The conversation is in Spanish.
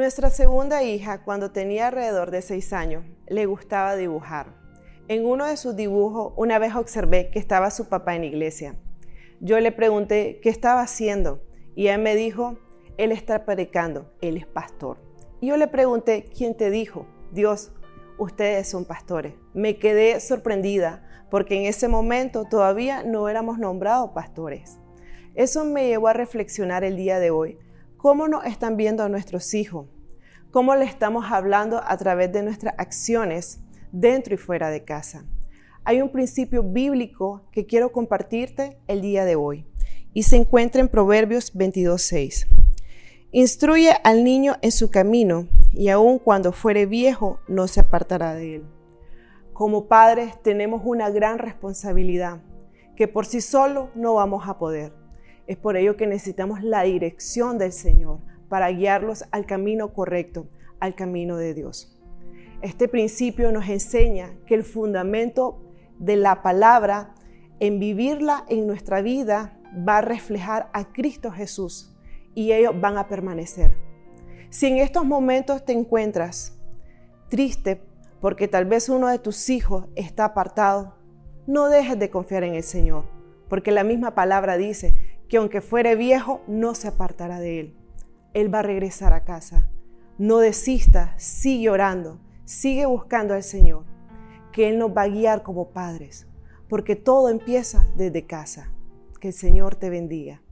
Nuestra segunda hija, cuando tenía alrededor de 6 años, le gustaba dibujar. En uno de sus dibujos, una vez observé que estaba su papá en la iglesia. Yo le pregunté qué estaba haciendo y él me dijo, él está predicando, él es pastor. Y yo le pregunté, ¿quién te dijo? Dios, ustedes son pastores. Me quedé sorprendida porque en ese momento todavía no éramos nombrados pastores. Eso me llevó a reflexionar el día de hoy. ¿Cómo nos están viendo a nuestros hijos? ¿Cómo le estamos hablando a través de nuestras acciones dentro y fuera de casa? Hay un principio bíblico que quiero compartirte el día de hoy y se encuentra en Proverbios 22:6. Instruye al niño en su camino y aun cuando fuere viejo no se apartará de él. Como padres tenemos una gran responsabilidad que por sí solos no vamos a poder. Es por ello que necesitamos la dirección del Señor para guiarlos al camino correcto, al camino de Dios. Este principio nos enseña que el fundamento de la palabra, en vivirla en nuestra vida, va a reflejar a Cristo Jesús y ellos van a permanecer. Si en estos momentos te encuentras triste porque tal vez uno de tus hijos está apartado, no dejes de confiar en el Señor, porque la misma palabra dice que aunque fuere viejo, no se apartará de él. Él va a regresar a casa. No desista, sigue orando, sigue buscando al Señor, que Él nos va a guiar como padres, porque todo empieza desde casa. Que el Señor te bendiga.